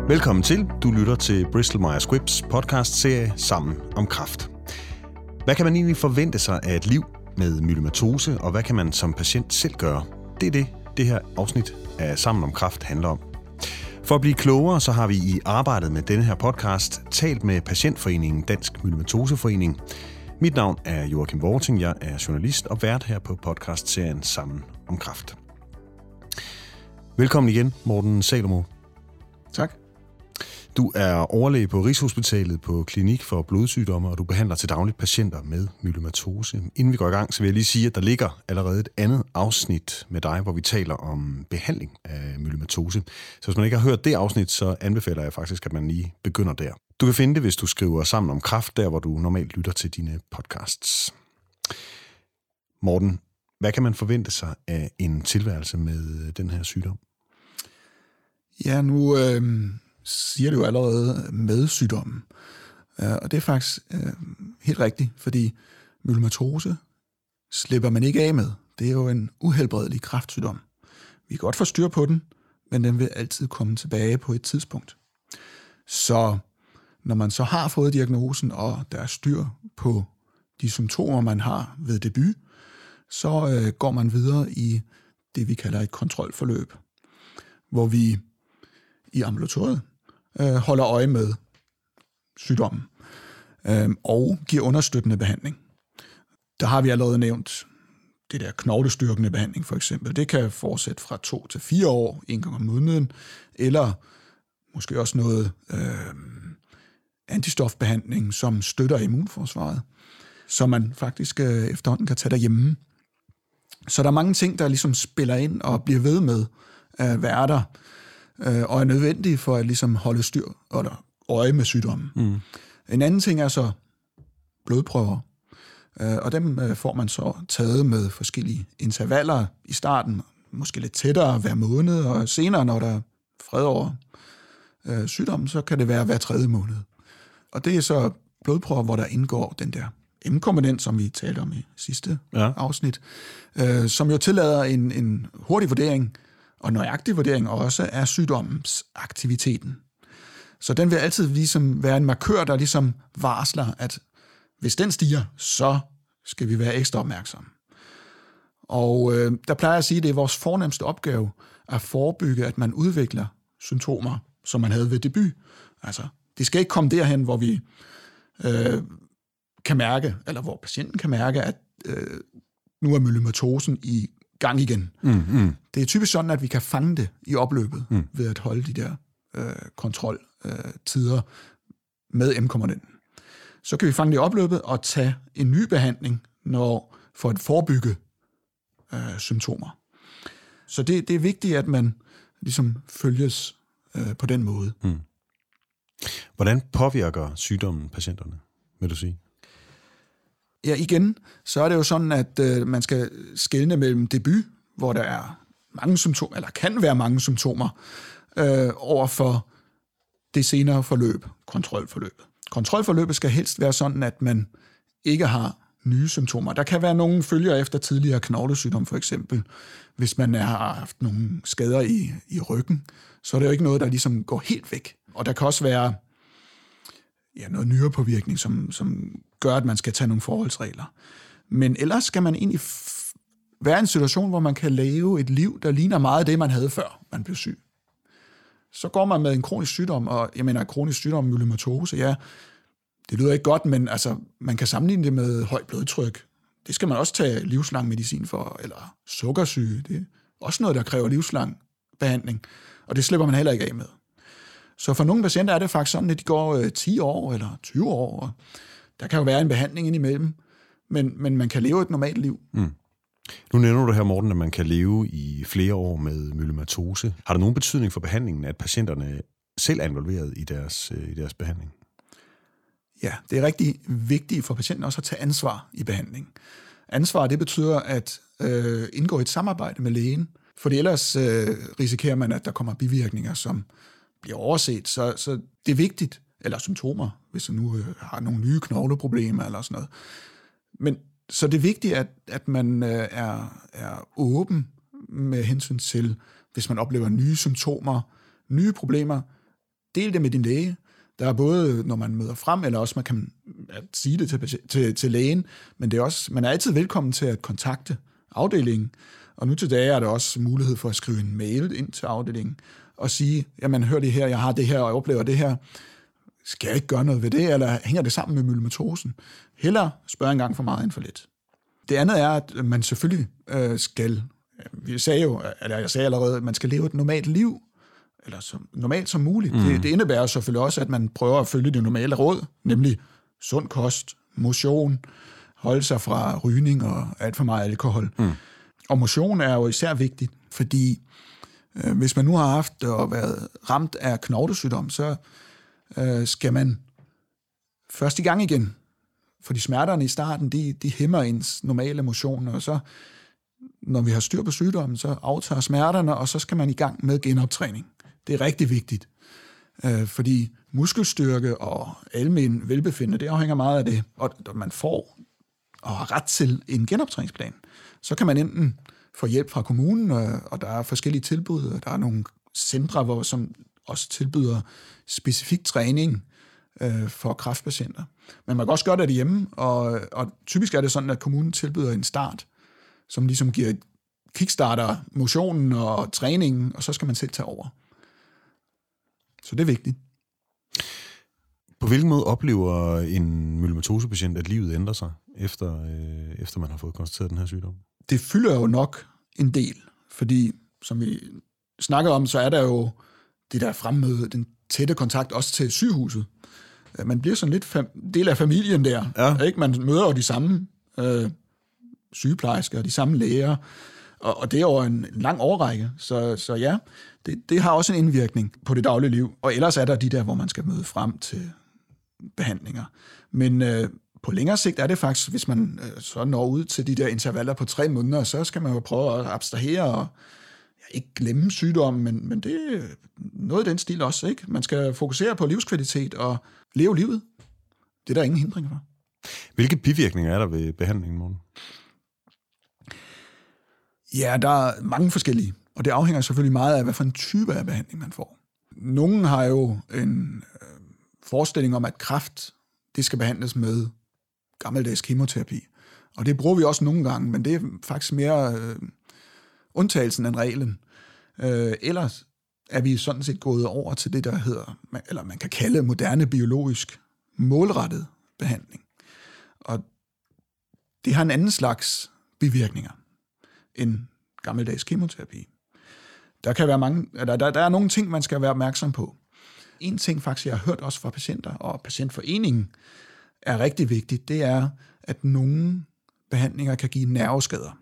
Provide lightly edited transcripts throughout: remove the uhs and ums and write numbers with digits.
Velkommen til. Du lytter til Bristol Myers Squibbs podcast-serie Sammen om kræft. Hvad kan man egentlig forvente sig af et liv med myelomatose, og hvad kan man som patient selv gøre? Det er det her afsnit af Sammen om kræft handler om. For at blive klogere, så har vi i arbejdet med denne her podcast talt med Patientforeningen Dansk Myelomatoseforening. Mit navn er Joachim Vorting, jeg er journalist og vært her på podcast-serien Sammen om kræft. Velkommen igen, Morten Salomo. Tak. Du er overlæge på Rigshospitalet på Klinik for Blodsygdomme, og du behandler til dagligt patienter med myelomatose. Inden vi går i gang, så vil jeg lige sige, at der ligger allerede et andet afsnit med dig, hvor vi taler om behandling af myelomatose. Så hvis man ikke har hørt det afsnit, så anbefaler jeg faktisk, at man lige begynder der. Du kan finde det, hvis du skriver Sammen om kræft, der hvor du normalt lytter til dine podcasts. Morten, hvad kan man forvente sig af en tilværelse med den her sygdom? Ja, nu siger du jo allerede med sygdommen. Og det er faktisk helt rigtigt, fordi myelomatose slipper man ikke af med. Det er jo en uhelbredelig kræftsygdom. Vi kan godt få styr på den, men den vil altid komme tilbage på et tidspunkt. Så når man så har fået diagnosen, og der er styr på de symptomer, man har ved debut, så går man videre i det, vi kalder et kontrolforløb, hvor vi i ambulatoriet holder øje med sygdommen og giver understøttende behandling. Der har vi allerede nævnt det der knoglestyrkende behandling for eksempel. Det kan fortsætte fra 2 til 4 år, en gang om måneden, eller måske også noget antistofbehandling, som støtter immunforsvaret, så man faktisk efterhånden kan tage derhjemme. Så der er mange ting, der ligesom spiller ind og bliver ved med at være der, og er nødvendige for at ligesom holde styr eller øje med sygdommen. Mm. En anden ting er så blodprøver, og dem får man så taget med forskellige intervaller i starten, måske lidt tættere hver måned, og senere, når der er fred over sygdommen, så kan det være hver 3. måned. Og det er så blodprøver, hvor der indgår den der M-komponent, som vi talte om i sidste afsnit, som jo tillader en hurtig vurdering og nøjagtig vurdering også af sygdommens aktiviteten. Så den vil altid ligesom være en markør, der ligesom varsler, at hvis den stiger, så skal vi være ekstra opmærksomme. Og der plejer jeg at sige, at det er vores fornemste opgave at forebygge, at man udvikler symptomer, som man havde ved debut. Altså, det skal ikke komme derhen, hvor vi kan mærke, eller hvor patienten kan mærke, at nu er myelomatosen i gang igen. Mm. Det er typisk sådan, at vi kan fange det i opløbet ved at holde de der kontroltider med M-komponenten. Så kan vi fange det i opløbet og tage en ny behandling for at forebygge symptomer. Så det er vigtigt, at man ligesom følges på den måde. Mm. Hvordan påvirker sygdommen patienterne, vil du sige? Ja, igen, så er det jo sådan, at man skal skelne mellem debut, hvor der er mange symptomer, eller kan være mange symptomer, over for det senere forløb, kontrolforløbet. Kontrolforløbet skal helst være sådan, at man ikke har nye symptomer. Der kan være nogle følger efter tidligere knoglesygdom, for eksempel. Hvis man har haft nogle skader i ryggen, så er det jo ikke noget, der ligesom går helt væk. Og der kan også være noget nyrepåvirkning, som gør, at man skal tage nogle forholdsregler. Men ellers skal man egentlig være i en situation, hvor man kan leve et liv, der ligner meget det, man havde før man blev syg. Så går man med en kronisk sygdom, og jeg mener kronisk sygdom, myelomatose, ja, det lyder ikke godt, men altså, man kan sammenligne det med højt blodtryk. Det skal man også tage livslang medicin for, eller sukkersyge. Det er også noget, der kræver livslang behandling, og det slipper man heller ikke af med. Så for nogle patienter er det faktisk sådan, at de går 10 år eller 20 år, og der kan jo være en behandling indimellem, men man kan leve et normalt liv. Mm. Nu nævner du her, Morten, at man kan leve i flere år med myelomatose. Har det nogen betydning for behandlingen, at patienterne selv er involveret i deres behandling? Ja, det er rigtig vigtigt for patienten også at tage ansvar i behandlingen. Ansvar, det betyder at indgå et samarbejde med lægen, for ellers risikerer man, at der kommer bivirkninger, som bliver overset. Så det er vigtigt, eller symptomer, hvis man nu har nogle nye knogleproblemer eller sådan noget. Men så det er vigtigt, at man er åben med hensyn til, hvis man oplever nye symptomer, nye problemer. del det med din læge. Der er både, når man møder frem, eller også man kan sige det til lægen, men det er også, man er altid velkommen til at kontakte afdelingen. Og nu til dage er der også mulighed for at skrive en mail ind til afdelingen og sige, jamen hør det her, jeg har det her, og jeg oplever det her. Skal jeg ikke gøre noget ved det, eller hænger det sammen med myelomatosen? Hellere spørge en gang for meget end for lidt. Det andet er, at man selvfølgelig skal, jeg sagde allerede, at man skal leve et normalt liv, eller så normalt som muligt. Det indebærer selvfølgelig også, at man prøver at følge det normale råd, nemlig sund kost, motion, holde sig fra rygning og alt for meget alkohol. Og motion er jo især vigtigt, fordi hvis man nu har haft og været ramt af knoglesygdom, så skal man først i gang igen. Fordi smerterne i starten, de hæmmer ens normale motion, og så, når vi har styr på sygdommen, så aftager smerterne, og så skal man i gang med genoptræning. Det er rigtig vigtigt, fordi muskelstyrke og almen velbefindende, det afhænger meget af det, og man får og har ret til en genoptræningsplan. Så kan man enten få hjælp fra kommunen, og der er forskellige tilbud, og der er nogle centre, som også tilbyder specifik træning for kræftpatienter. Men man kan også gøre det hjemme, og typisk er det sådan, at kommunen tilbyder en start, som ligesom giver kickstarter motionen og træningen, og så skal man selv tage over. Så det er vigtigt. På hvilken måde oplever en myelomatosepatient, at livet ændrer sig, efter man har fået konstateret den her sygdom? Det fylder jo nok en del, fordi som vi snakker om, så er der jo det der fremmøde, den tætte kontakt også til sygehuset. Man bliver sådan lidt del af familien der. Ja. Ikke? Man møder jo de samme sygeplejersker, de samme læger, og det er over en lang årrække. Så ja, det har også en indvirkning på det daglige liv. Og ellers er der de der, hvor man skal møde frem til behandlinger. Men på længere sigt er det faktisk, hvis man så når ud til de der intervaller på 3 måneder, så skal man jo prøve at abstrahere og ikke glemme sygdommen, men det er noget af den stil også, ikke? Man skal fokusere på livskvalitet og leve livet. Det er der ingen hindringer for. Hvilke bivirkninger er der ved behandlingen, Morten? Ja, der er mange forskellige, og det afhænger selvfølgelig meget af, hvad for en type af behandling man får. Nogle har jo en forestilling om, at kræft, det skal behandles med gammeldags kemoterapi. Og det bruger vi også nogle gange, men det er faktisk mere undtagelsen end reglen. Ellers er vi sådan set gået over til det, der hedder, eller man kan kalde moderne biologisk målrettet behandling. Og det har en anden slags bivirkninger end gammeldags kemoterapi. Der kan være mange, der er nogle ting, man skal være opmærksom på. En ting faktisk, jeg har hørt også fra patienter, og patientforeningen er rigtig vigtigt, det er, at nogle behandlinger kan give nerveskader.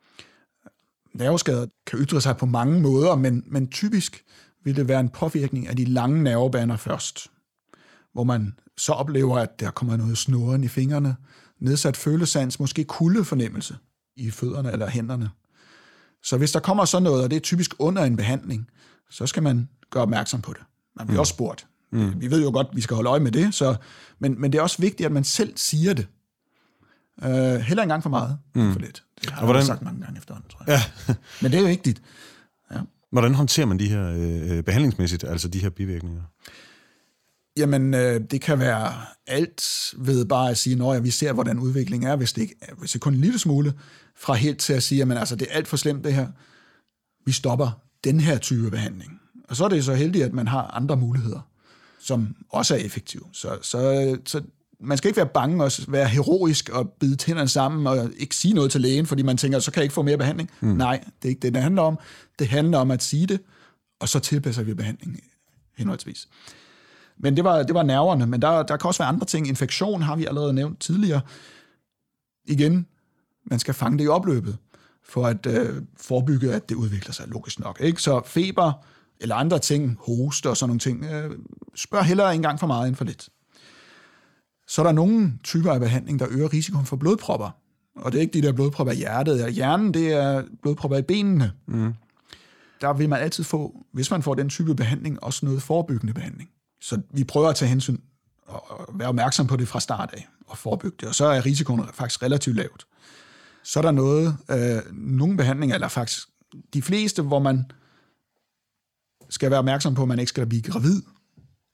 Nerveskader kan ytre sig på mange måder, men typisk vil det være en påvirkning af de lange nervebaner først, hvor man så oplever, at der kommer noget snurren i fingrene, nedsat følesans, måske kuldefornemmelse i fødderne eller hænderne. Så hvis der kommer sådan noget, og det er typisk under en behandling, så skal man gøre opmærksom på det. Man bliver også spurgt. Vi ved jo godt, at vi skal holde øje med det, men det er også vigtigt, at man selv siger det. Heller en gang for meget, for lidt. Det har jeg sagt mange gange efterhånden, tror jeg. Ja. Men det er jo vigtigt. Ja. Hvordan håndterer man de her behandlingsmæssigt, altså de her bivirkninger? Jamen, det kan være alt ved bare at sige, at vi ser, hvordan udviklingen er, hvis det kun en lille smule, fra helt til at sige, at altså, det er alt for slemt det her. Vi stopper den her type behandling. Og så er det så heldigt, at man har andre muligheder, som også er effektive. Så man skal ikke være bange og være heroisk og bide tænderne sammen og ikke sige noget til lægen, fordi man tænker, så kan jeg ikke få mere behandling. Nej, det er ikke det handler om. Det handler om at sige det, og så tilpasser vi behandlingen henholdsvis. Men det var nerverne, men der kan også være andre ting. Infektion har vi allerede nævnt tidligere. Igen, man skal fange det i opløbet, for at forebygge, at det udvikler sig logisk nok. Ikke? Så feber eller andre ting, hoste og sådan nogle ting, spørg hellere en gang for meget end for lidt. Så er der nogle typer af behandling, der øger risikoen for blodpropper. Og det er ikke de der blodpropper i hjertet. Hjernen, det er blodpropper i benene. Der vil man altid få, hvis man får den type behandling, også noget forebyggende behandling. Så vi prøver at tage hensyn og være opmærksom på det fra start af og forebygge det. Og så er risikoen faktisk relativt lavt. Så er der nogle behandlinger, eller faktisk de fleste, hvor man skal være opmærksom på, at man ikke skal blive gravid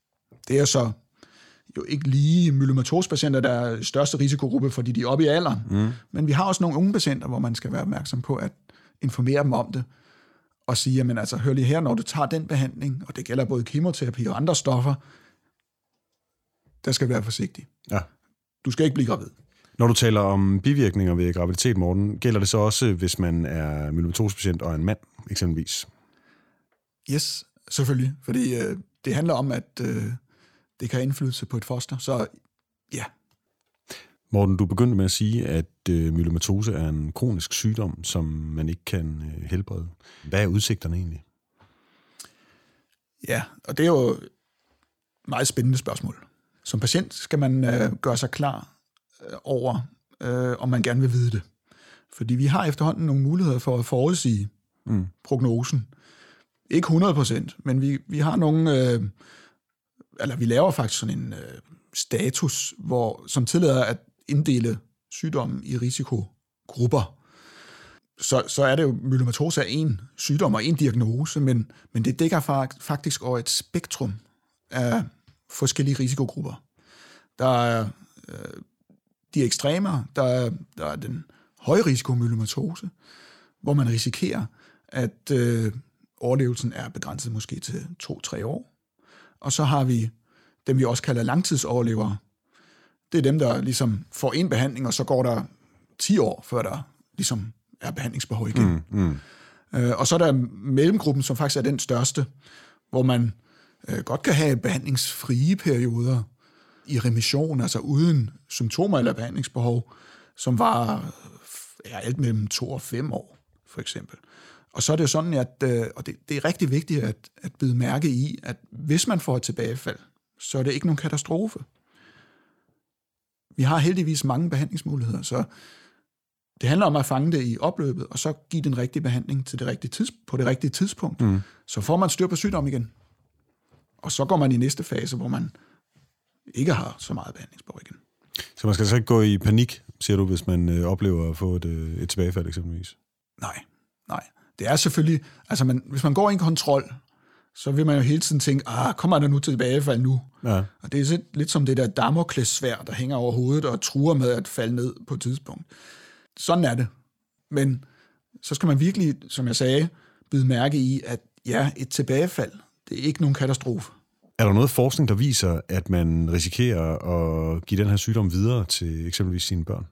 Det er så jo ikke lige myelomatose-patienter, der er største risikogruppe, fordi de er oppe i alderen. Men vi har også nogle unge patienter, hvor man skal være opmærksom på at informere dem om det, og sige, jamen altså, hør lige her, når du tager den behandling, og det gælder både kemoterapi og andre stoffer, der skal være forsigtig. Ja. Du skal ikke blive gravid. Når du taler om bivirkninger ved graviditet, Morten, gælder det så også, hvis man er myelomatose-patient og en mand, eksempelvis? Yes, selvfølgelig, fordi det handler om, at det kan have indflydelse på et foster, så ja. Morten, du begyndte med at sige, at myelomatose er en kronisk sygdom, som man ikke kan helbrede. Hvad er udsigterne egentlig? Ja, og det er jo et meget spændende spørgsmål. Som patient skal man gøre sig klar over, om man gerne vil vide det. Fordi vi har efterhånden nogle muligheder for at forudsige prognosen. Ikke 100%, men vi har nogle... eller vi laver faktisk sådan en status, som tillader at inddele sygdommen i risikogrupper. Så er det jo, myelomatose er en sygdom og en diagnose, men det dækker faktisk over et spektrum af forskellige risikogrupper. Der er de ekstremer, der er den høje risiko myelomatose, hvor man risikerer, at overlevelsen er begrænset måske til 2-3 år. Og så har vi dem, vi også kalder langtidsoverlevere. Det er dem, der ligesom får en behandling, og så går der 10 år, før der ligesom er behandlingsbehov igen. Og så er der mellemgruppen, som faktisk er den største, hvor man godt kan have behandlingsfrie perioder i remission, altså uden symptomer eller behandlingsbehov, som var alt mellem 2 og 5 år, for eksempel. Og så er det jo sådan, at og det er rigtig vigtigt at bide mærke i, at hvis man får et tilbagefald, så er det ikke nogen katastrofe. Vi har heldigvis mange behandlingsmuligheder, så det handler om at fange det i opløbet, og så give den rigtige behandling til på det rigtige tidspunkt. Så får man styr på sygdom igen. Og så går man i næste fase, hvor man ikke har så meget behandlingsbehov igen. Så man skal altså ikke gå i panik, siger du, hvis man oplever at få et tilbagefald eksempelvis? Nej. Det er selvfølgelig, altså hvis man går i en kontrol, så vil man jo hele tiden tænke, kommer der nu tilbagefald nu? Ja. Og det er lidt som det der Damoklessværd, der hænger over hovedet og truer med at falde ned på et tidspunkt. Sådan er det. Men så skal man virkelig, som jeg sagde, bide mærke i, at ja, et tilbagefald, det er ikke nogen katastrofe. Er der noget forskning, der viser, at man risikerer at give den her sygdom videre til eksempelvis sine børn?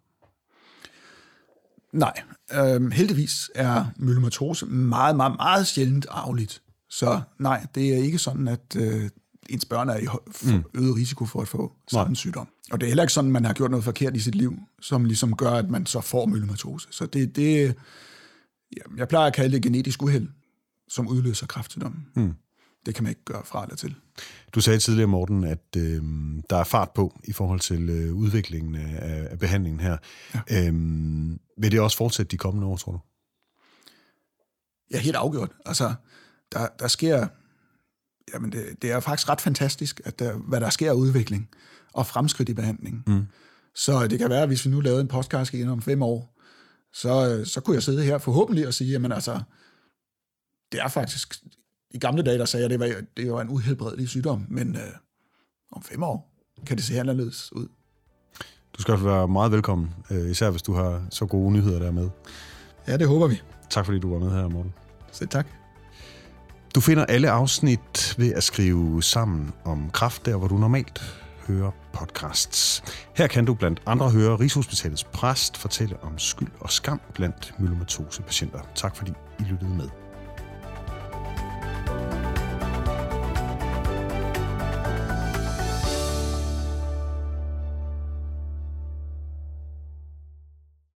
Nej. Heldigvis er myelomatose meget, meget, meget sjældent arveligt. Så nej, det er ikke sådan, at ens børn er i øget risiko for at få samme sygdom. Og det er heller ikke sådan, at man har gjort noget forkert i sit liv, som ligesom gør, at man så får myelomatose. Så jeg plejer at kalde det genetisk uheld, som udløser kræftsygdommen. Det kan man ikke gøre fra eller til. Du sagde tidligere, Morten, at der er fart på i forhold til udviklingen af behandlingen her. Ja. Vil det også fortsætte de kommende år, tror du? Ja, helt afgjort. Altså, der sker... Jamen, det er faktisk ret fantastisk, hvad der sker af udvikling og fremskridt i behandlingen. Så det kan være, at hvis vi nu lavede en podcast igen om 5 år, så kunne jeg sidde her forhåbentlig og sige, jamen altså, det er faktisk... I gamle dage, der sagde jeg, at det var en uhelbredelig sygdom, men om 5 år kan det se anderledes ud. Du skal være meget velkommen, især hvis du har så gode nyheder der med. Ja, det håber vi. Tak fordi du var med her, Morten. Selv tak. Du finder alle afsnit ved at skrive Sammen om kræft, der hvor du normalt hører podcasts. Her kan du blandt andre høre Rigshospitalets præst fortælle om skyld og skam blandt myelomatose-patienter. Tak fordi I lyttede med.